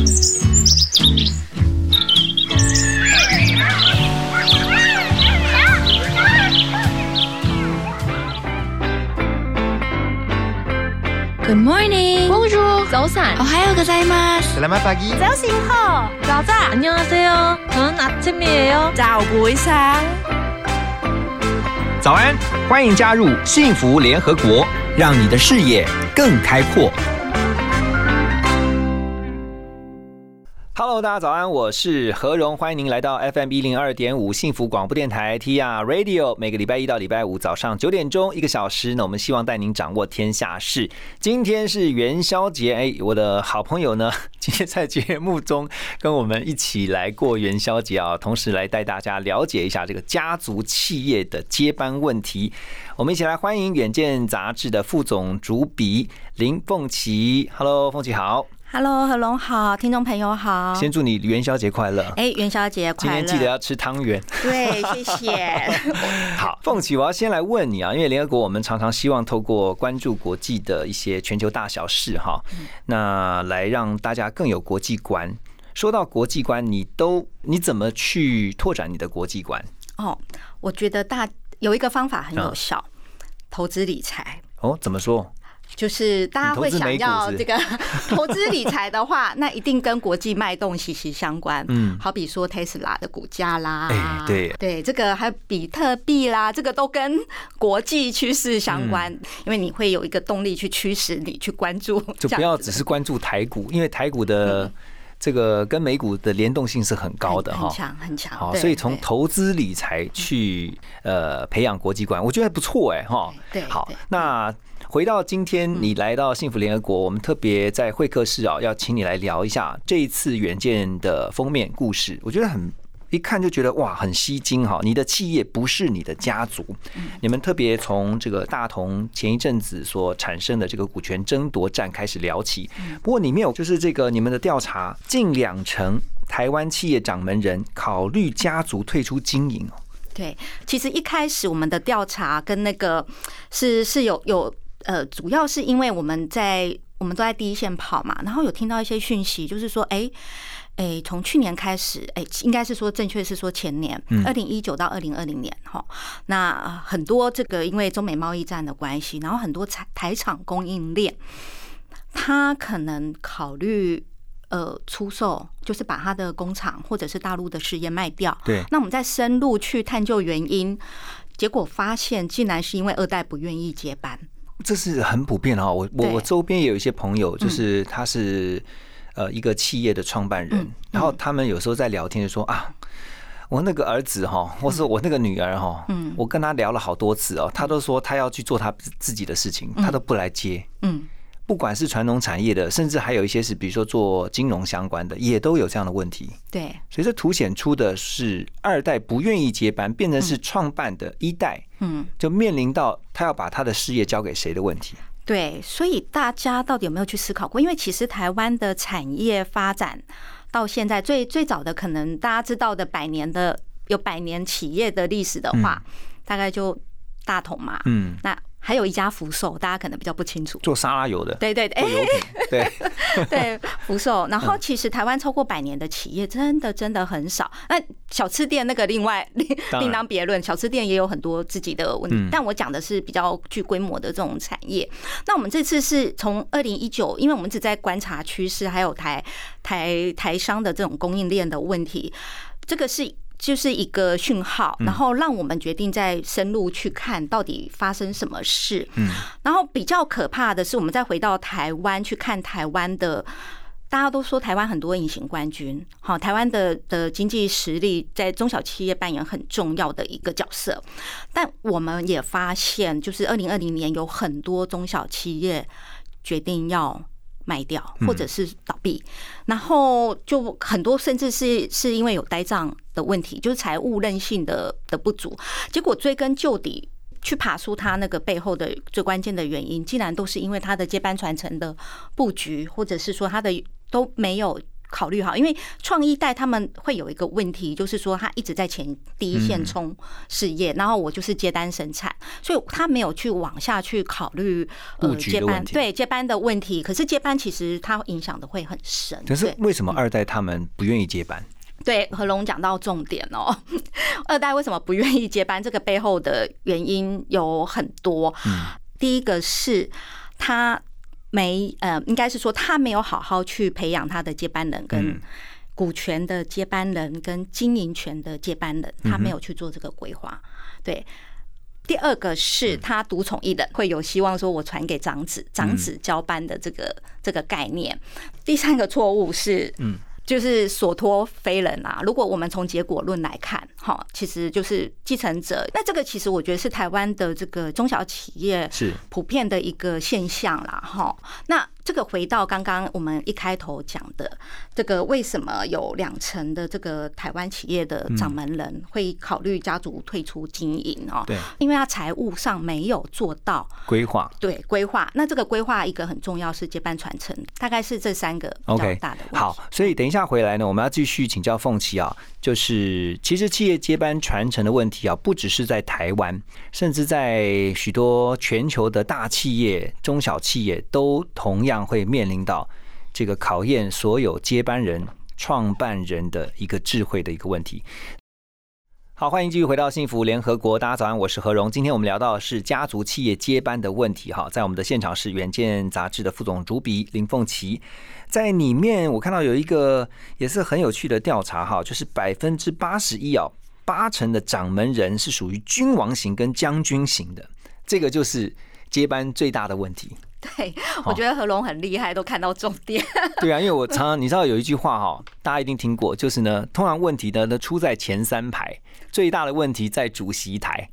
Good morning. Bonjour. 早安. 오하요 고자이마스. Selamat pagi. 早醒好. 早安. 안녕하세요. 저는 아침이에요. 早不一상 早安，欢迎加入幸福联合国，让你的视野更开阔。Hello， 大家早安，我是何荣，欢迎您来到 FM 102.5幸福广播电台 TR Radio， 每个礼拜一到礼拜五早上9点钟1个小时，那我们希望带您掌握天下事。今天是元宵节，我的好朋友呢，今天在节目中跟我们一起来过元宵节啊，同时来带大家了解一下这个家族企业的接班问题。我们一起来欢迎远见杂志的副总主笔林凤琪。Hello， 凤琪好。 Hello， 何龙好，听众朋友好。 先祝你元宵节快乐！ 元宵节快乐！ 今天记得要吃汤圆。 对，谢谢。 好，凤琪，我要先来问你啊，因为联合国我们常常希望透过关注国际的一些全球大小事哈，那来让大家更有国际观。说到国际观，你怎么去拓展你的国际观？ 我觉得有一个方法很有效，投资理财。 怎么说？ 就是大家会想要这个投资理财的话，那一定跟国际脉动息息相关。好比说 Tesla 的股价啦，对，这个还有比特币啦，这个都跟国际趋势相关，因为你会有一个动力去驱使你去关注， 就不要只是关注台股，因为台股的这个跟美股的联动性是很高的哈， 很强。 好，所以从投资理财去培养国际观，我觉得不错哈。 对， 好，那回到今天你来到幸福联合国，我们特别在会客室要请你来聊一下这一次远见的封面故事，我觉得一看就觉得哇很吸睛哈！你的企业不是你的家族，你们特别从这个大同前一阵子所产生的这个股权争夺战开始聊起。不过里面有就是这个你们的调查，近20%台湾企业掌门人考虑家族退出经营。 对，其实一开始我们的调查跟那个是有主要是因为我们都在第一线跑嘛，然后有听到一些讯息，就是说，从去年开始，应该是说正确是说前年，2019到2020年哈，那很多这个因为中美贸易战的关系，然后很多台厂供应链，他可能考虑出售，就是把他的工厂或者是大陆的事业卖掉。 对， 那我们再深入去探究原因，结果发现竟然是因为二代不愿意接班。 这是很普遍的哈，我周边也有一些朋友，就是他是一个企业的创办人，然后他们有时候在聊天就说啊，我那个儿子哈，或是我那个女儿哈，我跟他聊了好多次哦，他都说他要去做他自己的事情，他都不来接，不管是传统产业的，甚至还有一些是比如说做金融相关的，也都有这样的问题。 对， 所以这凸显出的是二代不愿意接班，变成是创办的一代，就面临到他要把他的事业交给谁的问题。 对，所以大家到底有没有去思考过？因为其实台湾的产业发展到现在最早的可能大家知道的有百年企业的历史的话，大概就大同嘛，那还有一家福寿，大家可能比较不清楚， 做沙拉油的， 对，对，福寿。然后其实台湾超过100年的企业真的很少。那小吃店那个另当别论，小吃店也有很多自己的问题。但我讲的是比较具规模的这种产业。那我们这次是从2019，因为我们只在观察趋势，还有台商的这种供应链的问题，这个就是一个讯号，然后让我们决定再深入去看到底发生什么事。然后比较可怕的是，我们再回到台湾去看台湾的，大家都说台湾很多隐形冠军，好，台湾的经济实力在中小企业扮演很重要的一个角色。但我们也发现，就是2020年有很多中小企业决定要卖掉或者是倒闭，然后就很多甚至是因为有呆账的问题，就是财务韧性的不足，结果追根究底去爬出他那个背后的最关键的原因，竟然都是因为他的接班传承的布局，或者是说他的都没有考虑好。因为创一代他们会有一个问题，就是说他一直在第一线冲事业，然后我就是接单生产， 所以他没有去往下去考虑接班，对接班的问题。可是接班其实它影响的会很深。 可是为什么二代他们不愿意接班？ 对，和龙讲到重点哦。二代为什么不愿意接班？这个背后的原因有很多。第一个是他应该是说他没有好好去培养他的接班人跟股权的接班人跟经营权的接班人，他没有去做这个规划。对。第二个是他独宠一人，会有希望说我传给长子，长子交班的这个概念。第三个错误是，就是所托非人啊。如果我们从结果论来看，其实就是继承者。那这个其实我觉得是台湾的这个中小企业普遍的一个现象啦。那这个回到刚刚我们一开头讲的，这个为什么有2成的这个台湾企业的掌门人会考虑家族退出经营哦？对，因为他财务上没有做到规划。对，规划。那这个规划一个很重要是接班传承，大概是这3个比较大的问题。 好，所以等一下回来呢，我们要继续请教凤琪啊，就是其实企业接班传承的问题啊，不只是在台湾，甚至在许多全球的大企业、中小企业都同样会面临到这个考验所有接班人、创办人的一个智慧的一个问题。好，欢迎继续回到幸福联合国，大家早安，我是何荣。今天我们聊到的是家族企业接班的问题。在我们的现场是远见杂志的副总主笔林凤琪。在里面我看到有一个也是很有趣的调查，就是81%， 8成的掌门人是属于君王型跟将军型的，这个就是接班最大的问题。 对，我觉得何龙很厉害，都看到重点。 对啊，因为我常常你知道有一句话大家一定听过，就是呢，通常问题呢出在前3排，最大的问题在主席台。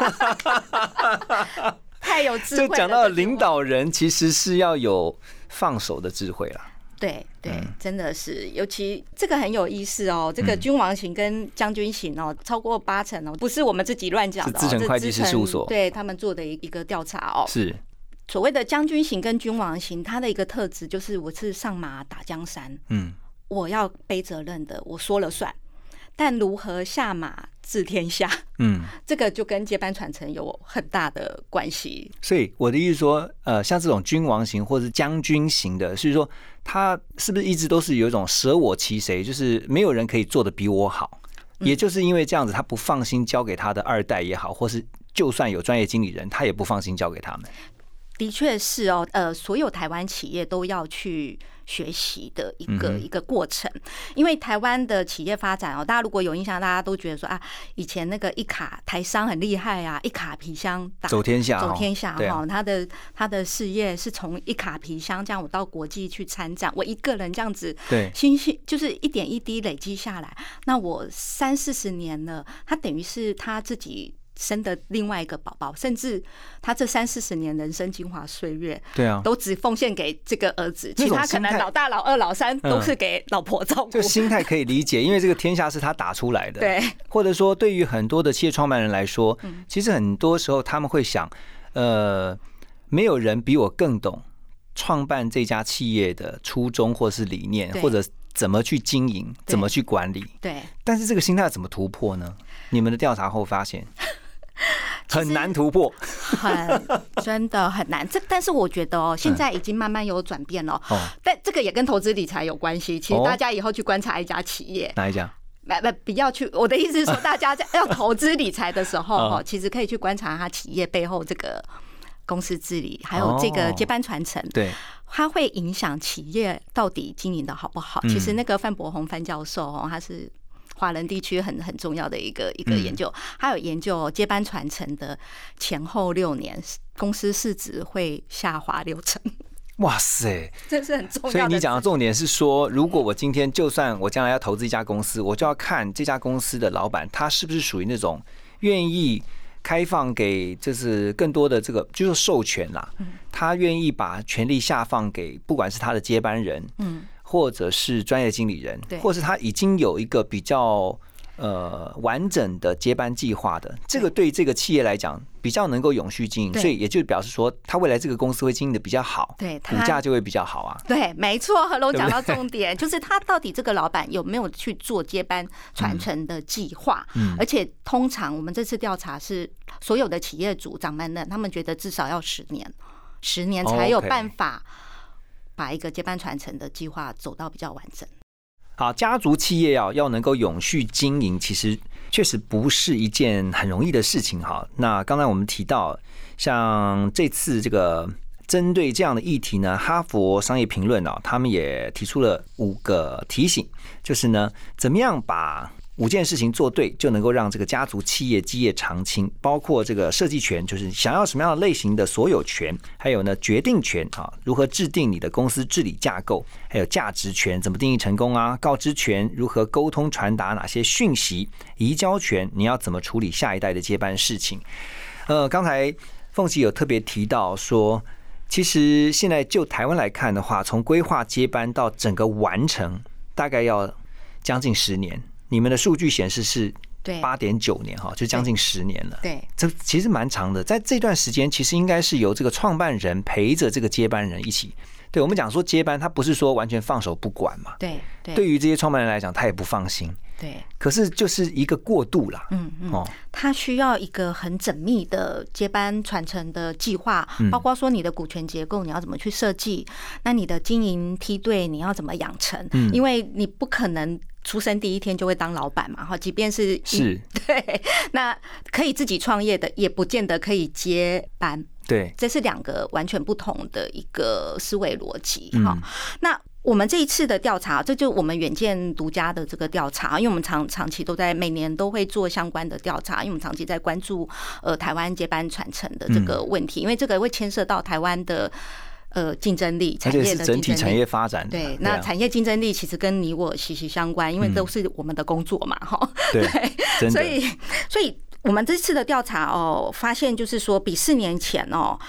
太有智慧了。 就讲到领导人其实是要有放手的智慧啦。 对对，真的是，尤其这个很有意思哦。这个君王型跟将军型哦，超过8成哦，不是我们自己乱讲的， 是资诚会计师事务所对他们做的一个调查哦。 是所谓的将军型跟君王型，它的一个特质就是我是上马打江山，我要背责任的，我说了算。但如何下马治天下，这个就跟接班传承有很大的关系。 所以我的意思说，像这种君王型或是将军型的，是说他是不是一直都是有一种舍我其谁，就是没有人可以做得比我好，也就是因为这样子，他不放心交给他的2代也好，或是就算有专业经理人，他也不放心交给他们。 的确是哦，所有台湾企业都要去学习的一个过程，因为台湾的企业发展哦，大家如果有印象，大家都觉得说啊，以前那个一卡台商很厉害啊，一卡皮箱走天下哈，他的事业是从一卡皮箱这样，我到国际去参展，我一个人这样子，对，就是一点一滴累积下来，那我30-40年了，他等于是他自己生的另外一个宝宝，甚至他这30-40年人生精华岁月，对啊，都只奉献给这个儿子，其他可能老大、老二、老三都是给老婆照顾。 这心态可以理解，因为这个天下是他打出来的。对，或者说对于很多的企业创办人来说，其实很多时候他们会想，没有人比我更懂创办这家企业的初衷或是理念，或者怎么去经营，怎么去管理。对，但是这个心态怎么突破呢？你们的调查后发现很难突破， 真的很难。但是我觉得现在已经慢慢有转变了。但这个也跟投资理财有关系。其实大家以后去观察一家企业， 哪一家？ 不要去。我的意思是说，大家要投资理财的时候，其实可以去观察他企业背后这个公司治理，还有这个接班传承。对。它会影响企业到底经营的好不好。其实那个范伯宏范教授他是华人地区很重要的一个研究，他有研究接班传承的前后6年，公司市值会下滑6成。 哇塞， 这是很重要的。 所以你讲的重点是说，如果我今天就算我将来要投资一家公司，我就要看这家公司的老板他是不是属于那种愿意开放给就是更多的这个就是授权啦，他愿意把权力下放给不管是他的接班人，或者是专业经理人，或是他已经有一个比较完整的接班计划的，这个对这个企业来讲比较能够永续经营，所以也就表示说，他未来这个公司会经营的比较好， 对， 股价就会比较好啊。 对，没错，何龙讲到重点，就是他到底这个老板有没有去做接班传承的计划？而且通常我们这次调查是所有的企业主掌门人，他们觉得至少要10年才有办法把一个接班传承的计划走到比较完整。 好，家族企业要能够永续经营，其实确实不是一件很容易的事情。哈，那刚才我们提到，像这次这个针对这样的议题呢，哈佛商业评论他们也提出了5个提醒，就是呢，怎么样把5件事情做对，就能够让这个家族企业基业长青，包括这个设计权，就是想要什么样的类型的所有权，还有呢决定权如何制定你的公司治理架构，还有价值权怎么定义成功啊，告知权如何沟通传达哪些讯息，移交权你要怎么处理下一代的接班事情。刚才凤琪有特别提到说，其实现在就台湾来看的话，从规划接班到整个完成，大概要将近10年。你们的数据显示是8.9年哈，就将近10年了。 对， 这其实蛮长的。在这段时间，其实应该是由这个创办人陪着这个接班人一起。对，我们讲说接班，他不是说完全放手不管嘛。 对， 对于这些创办人来讲，他也不放心。 对， 可是就是一个过渡啦。 他需要一个很缜密的接班传承的计划，包括说你的股权结构你要怎么去设计，那你的经营梯队你要怎么养成，因为你不可能出生第一天就会当老板嘛，即便是对，那可以自己创业的，也不见得可以接班。 对， 这是2个完全不同的一个思维逻辑。那我们这一次的调查，这就我们远见独家的这个调查，因为我们长期都在每年都会做相关的调查，因为我们长期在关注台湾接班传承的这个问题，因为这个会牵涉到台湾的竞争力，产业的竞争力，而且是整体产业发展。 对，那产业竞争力其实跟你我息息相关，因为都是我们的工作嘛，对，所以我们这次的调查发现就是说，比4年前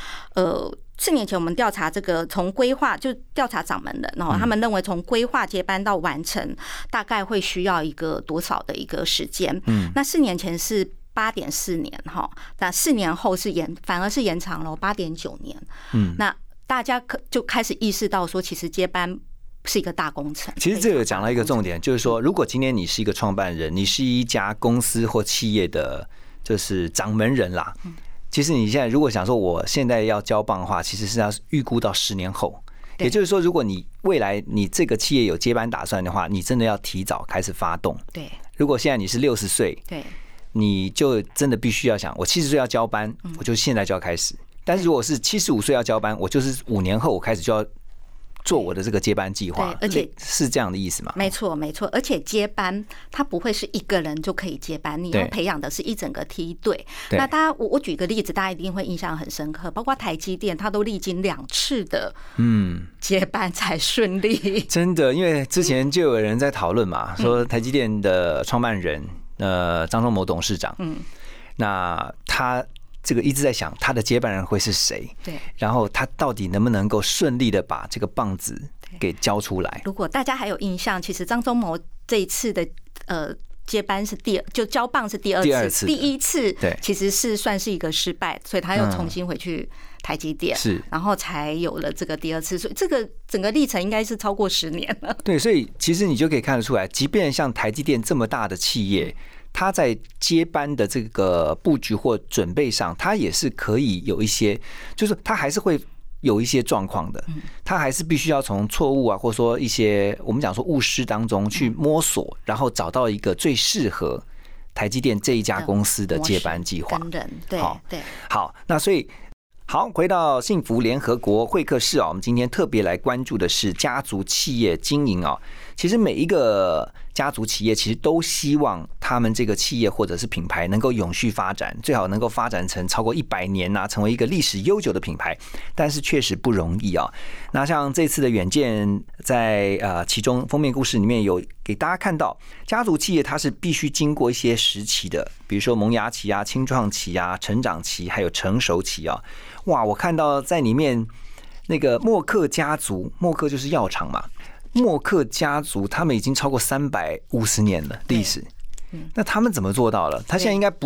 4年前我们调查这个从规划就调查掌门人，他们认为从规划接班到完成大概会需要一个多少的一个时间？那4年前是8.4年那4年后反而是延长了8.9年。那大家就开始意识到说，其实接班是一个大工程。 其实这个讲到一个重点，就是说，如果今天你是一个创办人，你是一家公司或企业的就是掌门人啦。其实你现在如果想说我现在要交棒的话，其实是要预估到10年后。也就是说，如果你未来你这个企业有接班打算的话，你真的要提早开始发动。 对， 如果现在你是60岁， 对， 你就真的必须要想，我70岁要交班，我就现在就要开始。但是如果是75岁要交班，我就是5年后我开始就要做我的这个接班计划， 而且是这样的意思吗？ 没错，没错。而且接班它不会是一个人就可以接班，你要培养的是一整个梯队。那大家，我举个例子，大家一定会印象很深刻，包括台积电，它都历经2次的接班才顺利。 真的，因为之前就有人在讨论嘛，说台积电的创办人张忠谋董事长，那他这个一直在想他的接班人会是谁， 对，然后他到底能不能够顺利的把这个棒子给交出来。 如果大家还有印象，其实张忠谋这一次的接班是就交棒是第2次，第1次其实是算是一个失败，所以他又重新回去台积电， 是， 然后才有了这个第2次，所以这个整个历程应该是超过10年了。 对，所以其实你就可以看得出来，即便像台积电这么大的企业，他在接班的这个布局或准备上，他也是可以有一些，就是他还是会有一些状况的，他还是必须要从错误啊，或者说一些我们讲说误失当中去摸索，然后找到一个最适合台积电这一家公司的接班计划。好，那所以好，回到幸福联合国会客室我们今天特别来关注的是家族企业经营其实每一个家族企业其实都希望他们这个企业或者是品牌能够永续发展，最好能够发展成超过100年成为一个历史悠久的品牌，但是确实不容易那像这次的远见在其中封面故事里面有给大家看到，家族企业它是必须经过一些时期的，比如说萌芽期青创期成长期，还有成熟期哇，我看到在里面那个默克家族，默克就是药厂嘛，默克家族他们已经超过350年了历史，那他们怎么做到了？他现在应该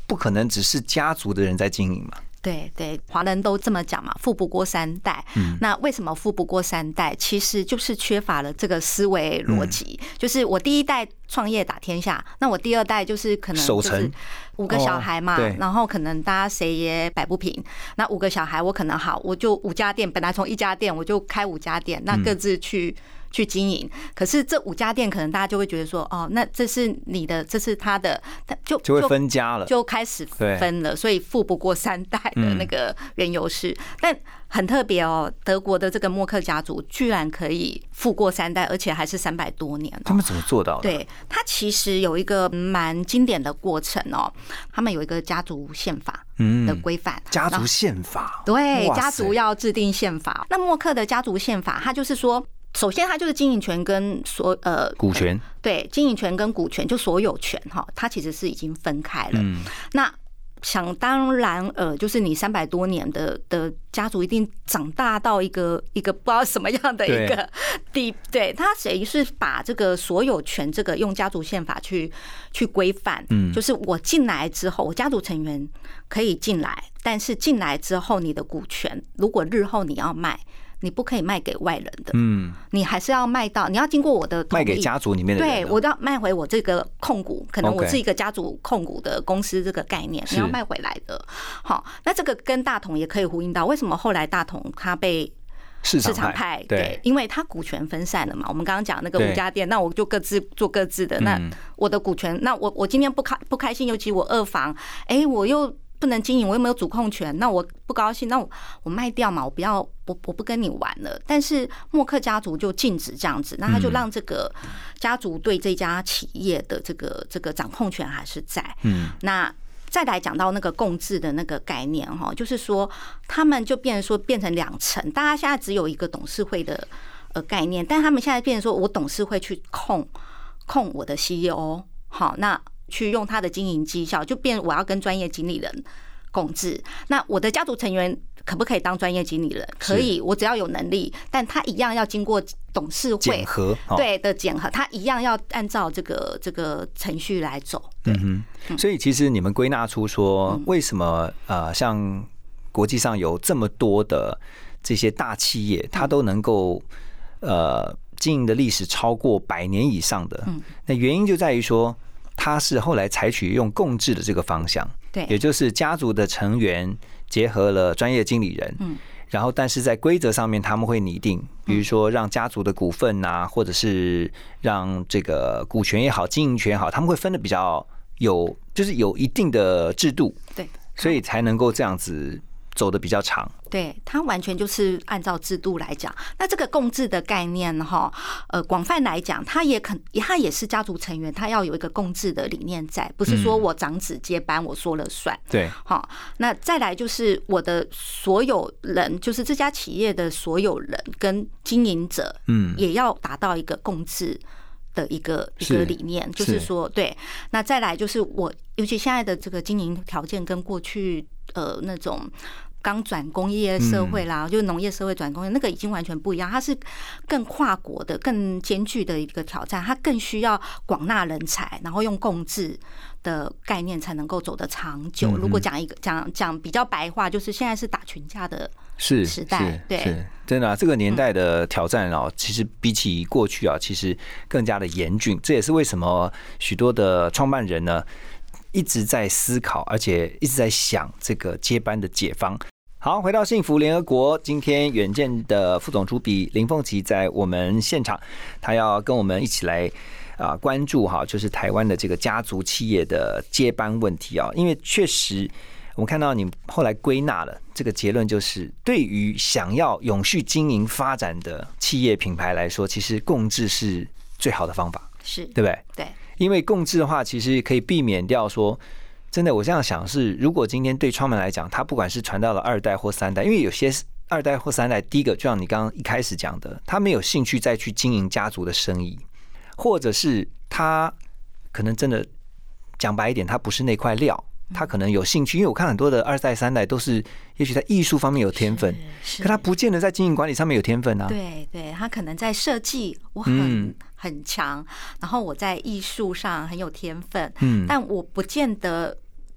不可能只是家族的人在经营嘛。 对对，华人都这么讲嘛，富不过三代。那为什么富不过三代？其实就是缺乏了这个思维逻辑。就是我第一代创业打天下，那我第二代就是可能就是5个小孩嘛，然后可能大家谁也摆不平。那5个小孩，我可能好，我就5家店，本来从1家店我就开5家店，那各自去经营。可是这5家店，可能大家就会觉得说，哦，那这是你的，这是他的，就会分家了， 就开始分了。所以富不过三代的那个缘由是，但很特别哦，德国的这个默克家族居然可以富过三代，而且还是300多年。 他们怎么做到的？ 对，他其实有一个蛮经典的过程哦，他们有一个家族宪法的规范。 家族宪法， 对，家族要制定宪法。那默克的家族宪法，它就是说，首先，它就是经营权跟股权， 对，经营权跟股权就所有权哈，它其实是已经分开了。那想当然就是你300多年的家族一定长大到一个不知道什么样的一个对，他谁是把这个所有权这个用家族宪法去规范，就是我进来之后，我家族成员可以进来，但是进来之后你的股权，如果日后你要卖，你不可以卖给外人的，你还是要卖到，你要经过我的同意， 卖给家族里面的人， 对，我要卖回我这个控股，可能我是一个家族控股的公司这个概念，你要卖回来的。好，那这个跟大同也可以呼应到，为什么后来大同它被市场派，对，因为它股权分散了嘛。我们刚刚讲那个5家店，那我就各自做各自的，那我的股权，那我今天不开心，尤其我2房，我又不能经营，我又没有主控权，那我不高兴，那我卖掉嘛，我不跟你玩了。但是默克家族就禁止这样子，那他就让这个家族对这家企业的这个掌控权还是在。那再来讲到那个共治的那个概念哈，就是说他们就变成2层，大家现在只有一个董事会的概念，但他们现在变成说我董事会去控我的 CEO， 好，那去用他的经营绩效，就变我要跟专业经理人共治。那我的家族成员可不可以当专业经理人？可以，我只要有能力，但他一样要经过董事会检核，对的检核，他一样要按照这个程序来走。 所以其实你们归纳出说，为什么像国际上有这么多的这些大企业，它都能够经营的历史超过100年以上的，那原因就在于说，它是后来采取用共治的这个方向，对，也就是家族的成员结合了专业经理人，然后但是在规则上面他们会拟定，比如说让家族的股份啊，或者是让这个股权也好，经营权也好，他们会分的比较就是有一定的制度，对，所以才能够这样子走得比较长。 对，它完全就是按照制度来讲。那这个共治的概念哈，广泛来讲，它也是家族成员，他要有一个共治的理念在，不是说我长子接班我说了算。对，好，那再来就是我的所有人，就是这家企业的所有人跟经营者，也要达到一个共治的一个理念，就是说，对。那再来就是尤其现在的这个经营条件跟过去那种刚转工业社会啦，就是农业社会转工业，那个已经完全不一样。它是更跨国的、更艰巨的一个挑战，它更需要广纳人才，然后用共治的概念才能够走得长久。如果讲比较白话，就是现在是打群架的时代，对， 是真的这个年代的挑战哦，其实比起过去啊，其实更加的严峻。这也是为什么许多的创办人呢，一直在思考，而且一直在想这个接班的解方。好，回到幸福联合国，今天远见的副总主笔林凤琪在我们现场，他要跟我们一起来关注哈，就是台湾的这个家族企业的接班问题啊。因为确实我们看到你后来归纳了这个结论，就是对于想要永续经营发展的企业品牌来说，其实共治是最好的方法，是对不对？对。因为共治的话，其实可以避免掉说，真的，我这样想是，如果今天对创办来讲，他不管是传到了2代或3代，因为有些2代或3代，第一个就像你刚刚一开始讲的，他没有兴趣再去经营家族的生意，或者是他可能真的讲白一点，他不是那块料，他可能有兴趣，因为我看很多的2代3代都是，也许在艺术方面有天分，可他不见得在经营管理上面有天分啊。 对对，他可能在设计我很强，然后我在艺术上很有天分，但我不见得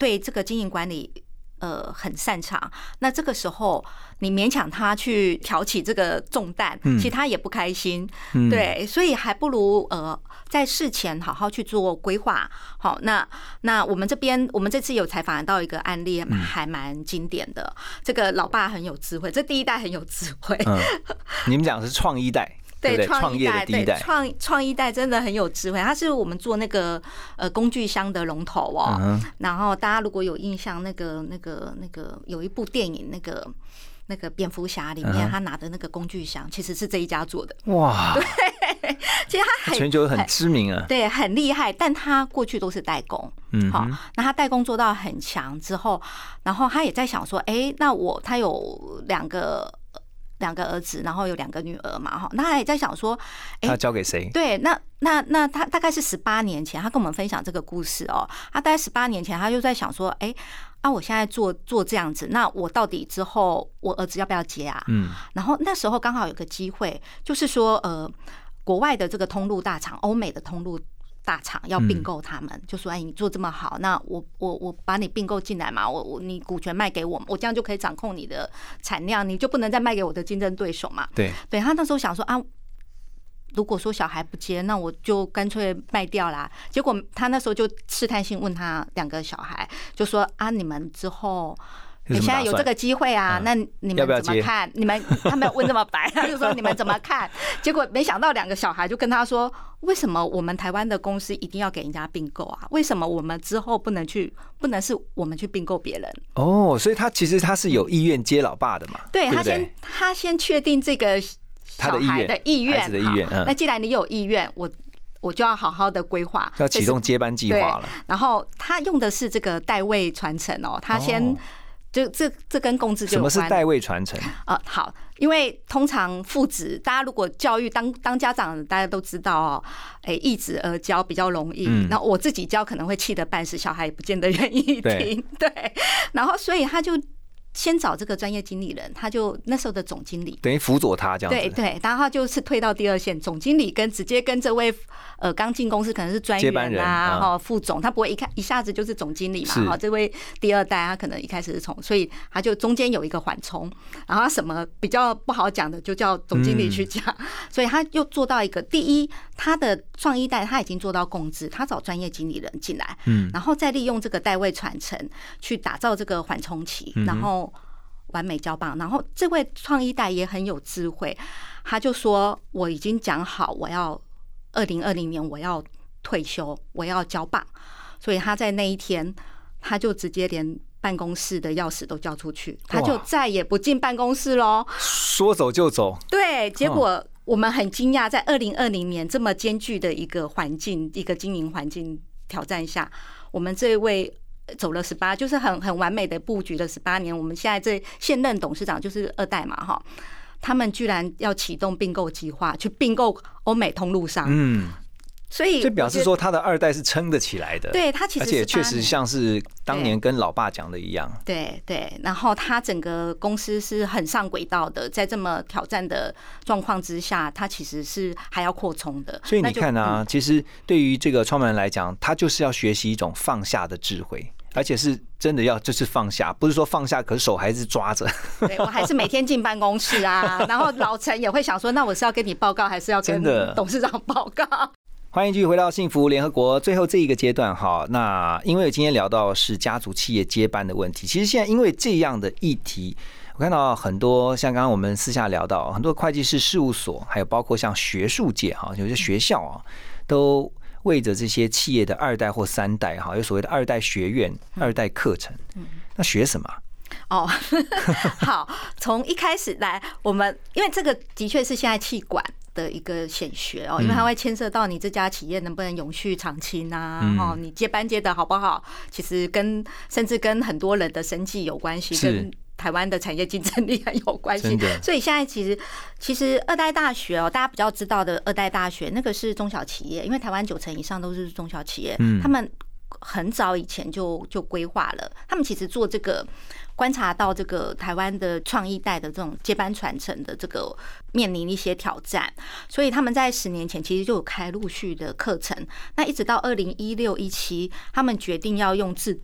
对这个经营管理很擅长，那这个时候你勉强他去挑起这个重担，其实他也不开心，对，所以还不如在事前好好去做规划。好，那我们这次有采访到一个案例，还蛮经典的。这个老爸很有智慧，这第一代很有智慧。 你们讲的是创一代。 对， 创业的第一代， 创一代真的很有智慧。他是我们做那个工具箱的龙头哦。然后大家如果有印象，那个有一部电影，那个蝙蝠侠里面他拿的那个工具箱，其实是这一家做的。哇，对，其实他全球很知名啊， 对，很厉害。但他过去都是代工，好，那他代工做到很强之后，然后他也在想说，那他有两个儿子，然后有2个女儿嘛，哈，那他也在想说， 他交给谁？对， 那他大概是18年前，他跟我们分享这个故事哦。他大概18年前，他就在想说，我现在做这样子，那我到底之后我儿子要不要接啊？然后那时候刚好有个机会，就是说，国外的这个通路大厂，欧美的通路大厂要并购他们，就说你做这么好，那我把你并购进来嘛，你股权卖给我，我这样就可以掌控你的产量，你就不能再卖给我的竞争对手嘛。对，他那时候想说如果说小孩不接，那我就干脆卖掉啦。结果他那时候就试探性问他2个小孩，就说你们之后。你现在有这个机会啊，那你们怎么看？他们问这么白，他就说你们怎么看？结果没想到2个小孩就跟他说：为什么我们台湾的公司一定要给人家并购啊？为什么我们之后不能是我们去并购别人？哦， 所以其实他是有意愿接老爸的嘛？ 对，他先确定这个小孩的意愿，孩子的意愿。那既然你有意愿，我就要好好的规划， 要启动接班计划了。 然后他用的是这个代位传承哦，他先。这跟共治就有关。 什么是代位传承？ 好，因为通常父子，大家如果教育当家长，大家都知道哦，易子而教比较容易。那我自己教可能会气得半死，小孩也不见得愿意听。对，然后所以他就先找这个专业经理人，他就那时候的总经理， 等于辅佐他这样子。 对，然后就是退到第2线，总经理直接跟这位刚进公司可能是专员啊，副总，他不会一下子就是总经理嘛。哈，这位第2代他可能一开始是所以他就中间有一个缓冲，然后他什么比较不好讲的就叫总经理去讲，所以他又做到一个第一，他的创一代他已经做到共治，他找专业经理人进来，然后再利用这个代位传承去打造这个缓冲期，然后完美交棒。然后这位创一代也很有智慧，他就说我已经讲好，我要2020年我要退休，我要交棒，所以他在那一天他就直接连办公室的钥匙都交出去，他就再也不进办公室咯， 说走就走。对， 结果我们很惊讶，在2020年这么艰巨的一个环境，一个经营环境挑战下，我们这位走了18，就是很完美的布局了18年。我们现在现任董事长就是2代嘛，哈，他们居然要启动并购计划，去并购欧美通路商。所以表示说他的2代是撑得起来的。 对，他其实而且确实像是当年跟老爸讲的一样。 对，然后他整个公司是很上轨道的，在这么挑战的状况之下，他其实是还要扩充的。 所以你看啊，其实对于这个创办人来讲，他就是要学习一种放下的智慧。而且是真的要就是放下，不是说放下，可是手还是抓着。 对，我还是每天进办公室啊，然后老陈也会想说，那我是要跟你报告，还是要跟董事长报告？ 欢迎继续回到幸福联合国最后这一个阶段哈。那因为今天聊到是家族企业接班的问题，其实现在因为这样的议题，我看到很多像刚刚我们私下聊到很多会计师事务所，还有包括像学术界哈，有些学校啊都为着这些企业的2代或3代哈，有所谓的2代学院、2代课程，那学什么？ 好，从一开始来，我们因为这个的确是现在企管的一个显学哦，因为它会牵涉到你这家企业能不能永续长青啊，你接班接的好不好，其实甚至跟很多人的生计有关系，跟台湾的产业竞争力很有关系。所以现在其实2代大学哦，大家比较知道的2代大学，那个是中小企业，因为台湾90%以上都是中小企业，他们很早以前就规划了，他们其实做这个。观察到这个台湾的创意代的这种接班传承的这个面临一些挑战，所以他们在10年前其实就有开陆续的课程。那一直到2016、17，他们决定要用制度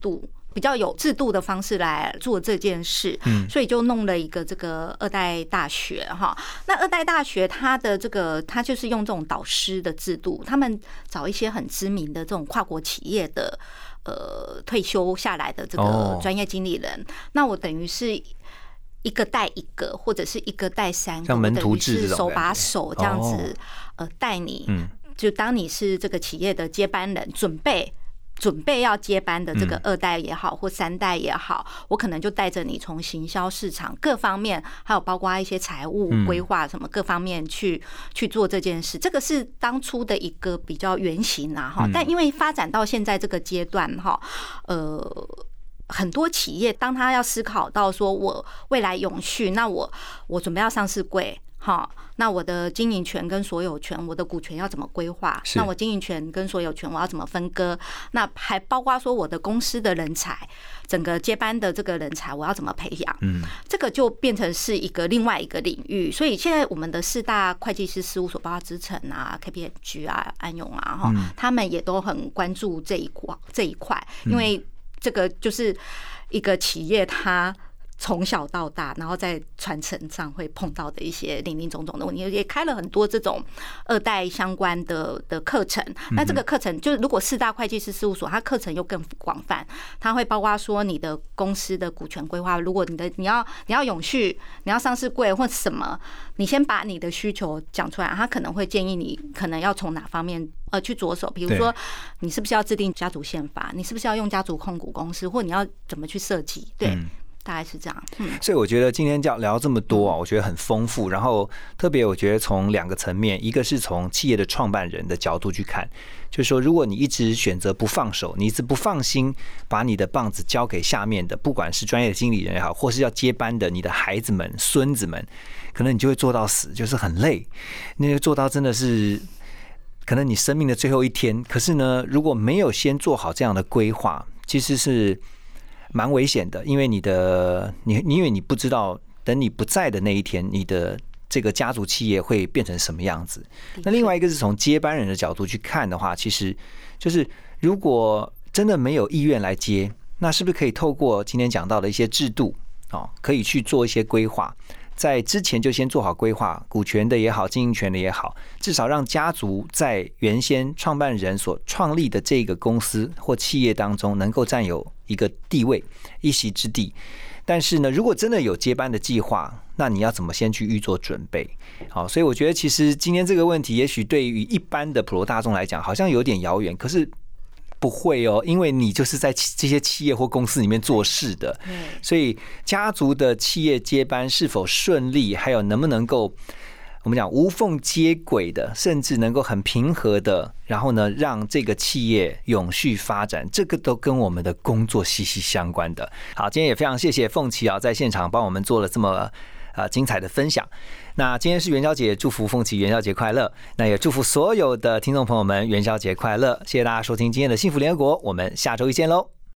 比较有制度的方式来做这件事，所以就弄了一个这个二代大学哈。那二代大学它的这个，它就是用这种导师的制度，他们找一些很知名的这种跨国企业的退休下来的这个专业经理人，那我等于是一个带一个，或者是一个带3个， 像门徒制这种， 手把手这样子带你，就当你是这个企业的接班人，准备要接班的这个2代也好，或3代也好，我可能就带着你从行销市场各方面，还有包括一些财务规划什么各方面去做这件事。这个是当初的一个比较原型啊哈，但因为发展到现在这个阶段哈，很多企业当他要思考到说我未来永续，那我准备要上市柜。好，那我的经营权跟所有权，我的股权要怎么规划？那我经营权跟所有权我要怎么分割？那还包括说我的公司的人才，整个接班的这个人才我要怎么培养？这个就变成是另外一个领域。所以现在我们的4大会计师事务所，包括资诚啊、KPMG 啊、安永啊，他们也都很关注这一块，因为这个就是一个企业它从小到大，然后在传承上会碰到的一些林林总总的问题，也开了很多这种2代相关的课程。那这个课程就是，如果4大会计师事务所，它课程又更广泛，它会包括说你的公司的股权规划，如果你要永续，你要上市柜或什么，你先把你的需求讲出来，他可能会建议你可能要从哪方面去着手，比如说你是不是要制定家族宪法，你是不是要用家族控股公司，或你要怎么去设计，对。大概是这样， 所以我觉得今天聊这么多啊，我觉得很丰富。然后特别我觉得从2个层面，一个是从企业的创办人的角度去看，就是说如果你一直选择不放手，你一直不放心把你的棒子交给下面的，不管是专业的经理人也好，或是要接班的你的孩子们、孙子们，可能你就会做到死，就是很累，那个做到真的是可能你生命的最后一天。可是呢，如果没有先做好这样的规划，其实是蛮危险的，因为因为你不知道等你不在的那一天，你的这个家族企业会变成什么样子。那另外一个是从接班人的角度去看的话，其实就是如果真的没有意愿来接，那是不是可以透过今天讲到的一些制度可以去做一些规划，在之前就先做好规划，股权的也好，经营权的也好，至少让家族在原先创办人所创立的这个公司或企业当中能够占有一个地位、一席之地。但是呢，如果真的有接班的计划，那你要怎么先去预做准备？好，所以我觉得其实今天这个问题，也许对于一般的普罗大众来讲，好像有点遥远，可是不会哦，因为你就是在这些企业或公司里面做事的，所以家族的企业接班是否顺利，还有能不能够我们讲无缝接轨的，甚至能够很平和的，然后呢让这个企业永续发展，这个都跟我们的工作息息相关的。好，今天也非常谢谢凤琪在现场帮我们做了这么精彩的分享。那今天是元宵节，祝福凤琪元宵节快乐。那也祝福所有的听众朋友们元宵节快乐。谢谢大家收听今天的幸福联合国，我们下周一见喽。